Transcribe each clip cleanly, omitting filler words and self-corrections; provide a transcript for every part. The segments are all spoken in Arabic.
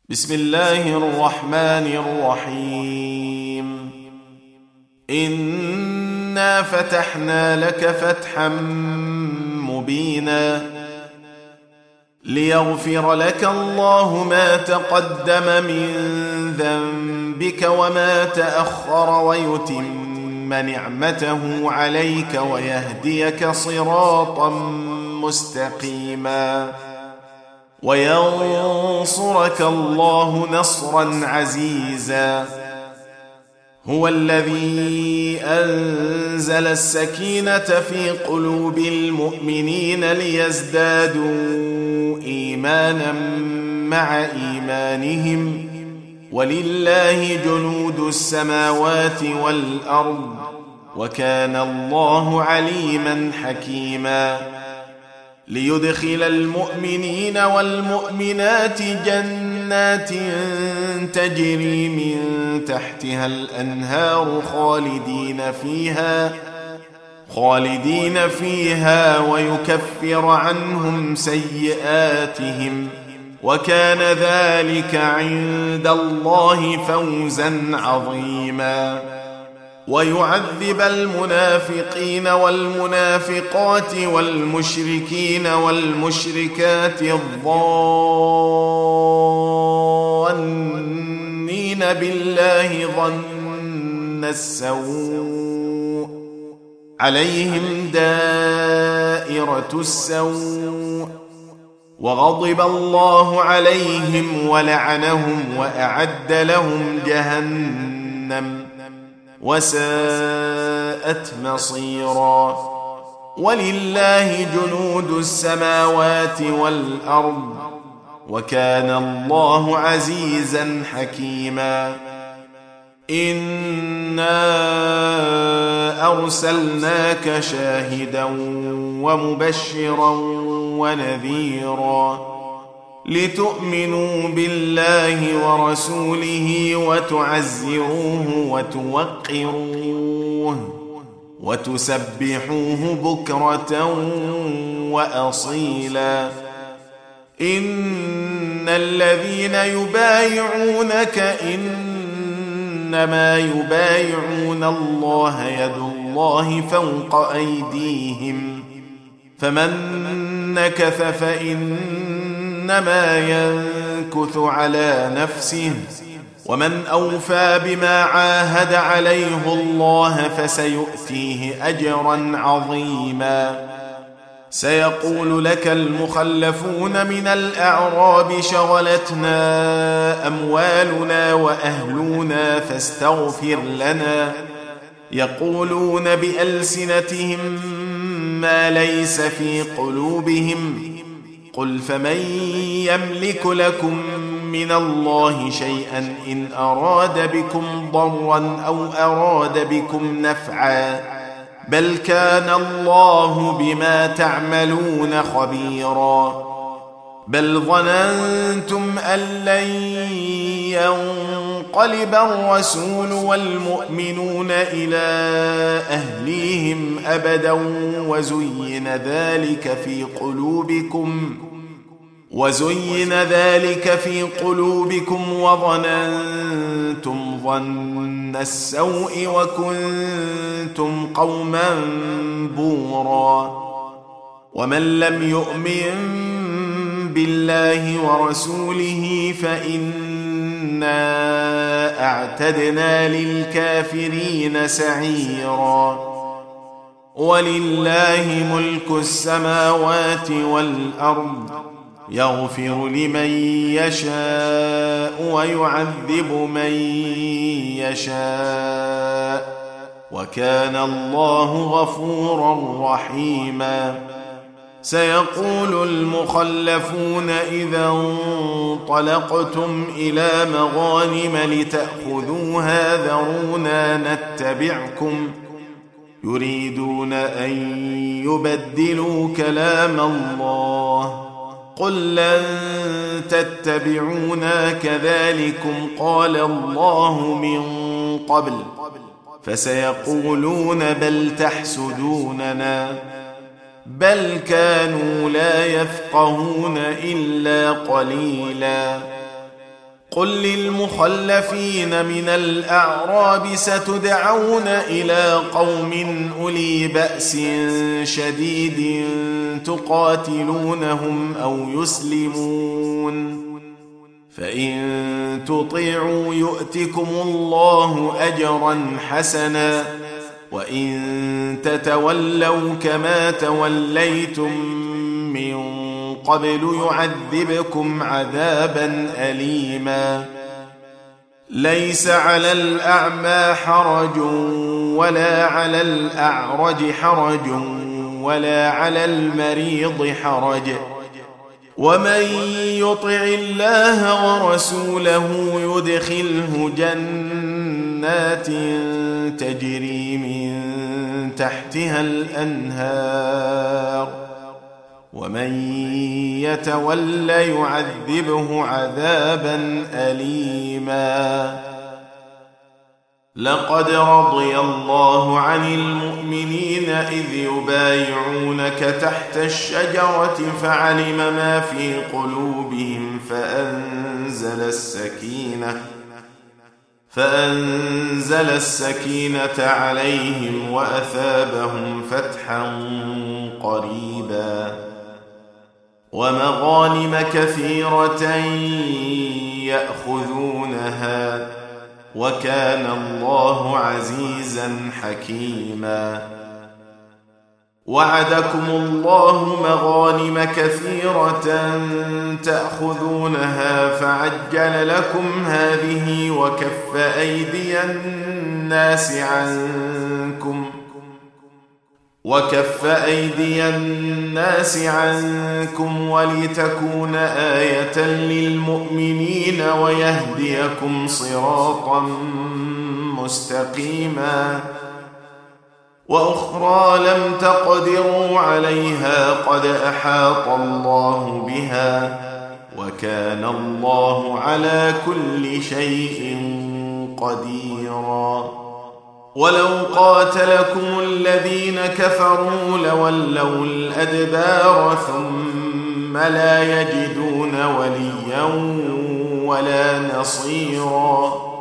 بسم الله الرحمن الرحيم. إنا فتحنا لك فتحا مبينا ليغفر لك الله ما تقدم من ذنبك وما تأخر ويتم نعمته عليك ويهديك صراطا مستقيما وينصرك الله نصرا عزيزا. هو الذي أنزل السكينة في قلوب المؤمنين ليزدادوا إيمانا مع إيمانهم ولله جنود السماوات والأرض وكان الله عليما حكيما. ليدخل المؤمنين والمؤمنات جنات تجري من تحتها الأنهار خالدين فيها ويكفر عنهم سيئاتهم وكان ذلك عند الله فوزا عظيما. ويعذب المنافقين والمنافقات والمشركين والمشركات الظانين بالله ظن السوء عليهم دائرة السوء وغضب الله عليهم ولعنهم وأعد لهم جهنم وساءت مصيرا. ولله جنود السماوات والأرض وكان الله عزيزا حكيما. إنا أرسلناك شاهدا ومبشرا ونذيرا لتؤمنوا بالله ورسوله وتعزروه وتوقروه وتسبحوه بكرة وأصيلا. إن الذين يبايعونك إنما يبايعون الله يد الله فوق أيديهم فمن نكث فإنما ينكث على نفسه ومن أوفى بما عاهد عليه الله فسيؤتيه أجرا عظيما. سيقول لك المخلفون من الأعراب شغلتنا أموالنا وأهلنا فاستغفر لنا يقولون بألسنتهم ما ليس في قلوبهم قل فمن يملك لكم من الله شيئا إن أراد بكم ضرا أو أراد بكم نفعا بل كان الله بما تعملون خبيرا. بل ظننتم أن لن ينقلب الرسول والمؤمنون إلى أهليهم أبدا وزين ذلك في قلوبكم وظننتم ظن السوء وكنتم قوما بورا. ومن لم يؤمن بالله ورسوله فإنا أعتدنا للكافرين سعيرا. ولله ملك السماوات والأرض يغفر لمن يشاء ويعذب من يشاء وكان الله غفورا رحيما. سيقول المخلفون إذا انطلقتم إلى مغانم لتأخذوها ذرونا نتبعكم يريدون أن يبدلوا كلام الله قل لن تتبعونا كذلكم قال الله من قبل فسيقولون بل تحسدوننا بل كانوا لا يفقهون إلا قليلا قل للمخلفين من الأعراب ستدعون إلى قوم أولي بأس شديد تقاتلونهم أو يسلمون، فإن تطيعوا يؤتكم الله أجرا حسنا، وإن تتولوا كما توليتم من قبل يعذبكم عذابا أليما. ليس على الأعمى حرج ولا على الأعرج حرج ولا على المريض حرج، ومن يطع الله ورسوله يدخله جنات تجري من تحتها الأنهار، ومن يتول يعذبه عذابا أليما. لقد رضي الله عن المؤمنين إذ يبايعونك تحت الشجرة فعلم ما في قلوبهم فأنزل السكينة عليهم وأثابهم فتحا قريبا، ومغانم كثيرة يأخذونها، وكان الله عزيزا حكيما. وعدكم الله مغانم كثيرة تأخذونها فعجل لكم هذه وكف أيدي الناس عنكم ولتكون آية للمؤمنين ويهديكم صراطا مستقيما. وأخرى لم تقدروا عليها قد أحاط الله بها، وكان الله على كل شيء قديرا. ولو قاتلكم الذين كفروا لولوا الأدبار ثم لا يجدون وليا ولا نصيرا.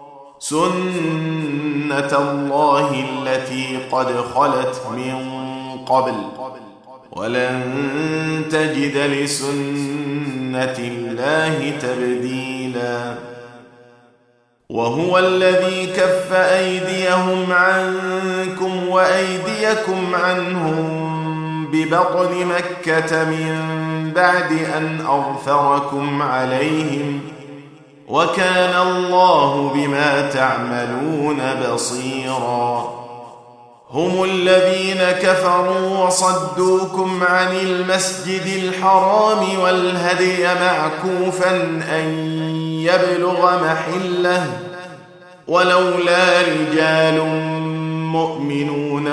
سنة الله التي قد خلت من قبل، ولن تجد لسنة الله تبديلا. وهو الذي كف أيديهم عنكم وأيديكم عنهم ببطن مكة من بعد أن أظفركم عليهم، وكان الله بما تعملون بصيرا. هم الذين كفروا وصدوكم عن المسجد الحرام والهدي معكوفا أن يبلغ محله، ولولا رجال مؤمنون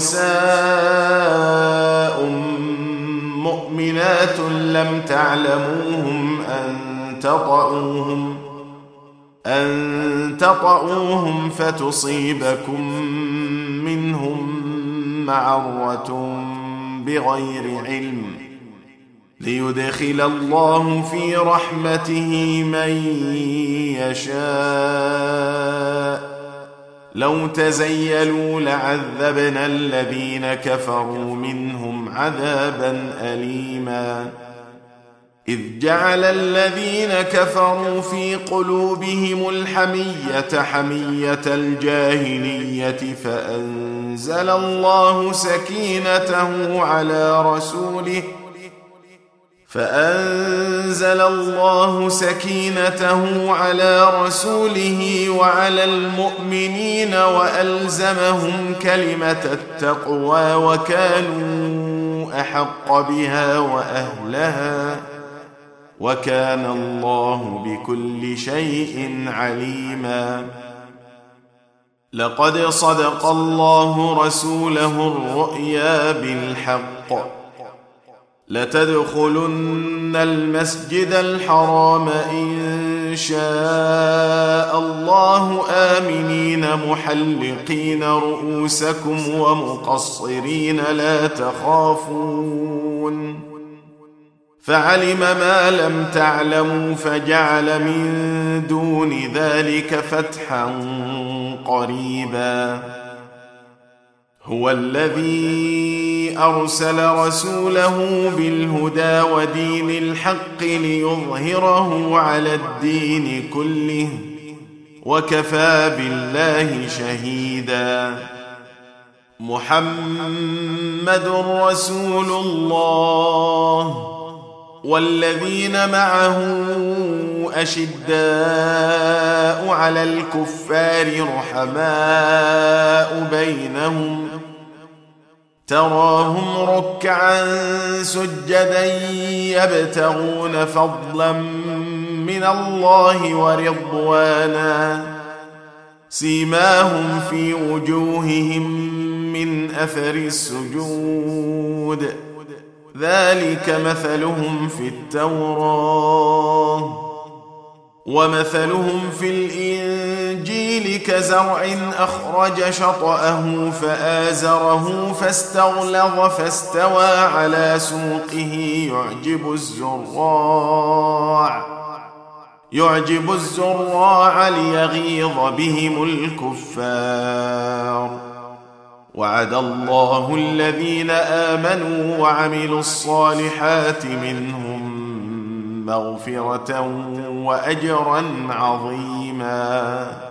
ونساء مؤمنات لم تعلموهم أن تطؤوهم فتصيبكم منهم معرة بغير علم، ليدخل الله في رحمته من يشاء. لو تزيلوا لعذبنا الذين كفروا منهم عذابا أليما. إذ جعل الذين كفروا في قلوبهم الحمية حمية الجاهلية فأنزل الله سكينته على رسوله وعلى المؤمنين وألزمهم كلمة التقوى وكانوا أحق بها وأهلها، وكان الله بكل شيء عليما. لقد صدق الله رسوله الرؤيا بالحق، لتدخلن المسجد الحرام إن شاء الله آمنين محلقين رؤوسكم ومقصرين لا تخافون، فعلم ما لم تعلموا فجعل من دون ذلك فتحا قريبا هو الذي أرسل رسوله بالهدى ودين الحق ليظهره على الدين كله وكفى بالله شهيدا محمد رسول الله والذين معه أشداء على الكفار رحماء بينهم تراهم ركعا سجدا يبتغون فضلا من الله ورضوانا سيماهم في وجوههم من أثر السجود ذلك مثلهم في التوراة ومثلهم في الإنجيل كزرع أخرج شطأه فآزره فاستغلظ فاستوى على سوقه يعجب الزراع ليغيظ بهم الكفار وعد الله الذين آمنوا وعملوا الصالحات منهم مغفرة وأجرا عظيما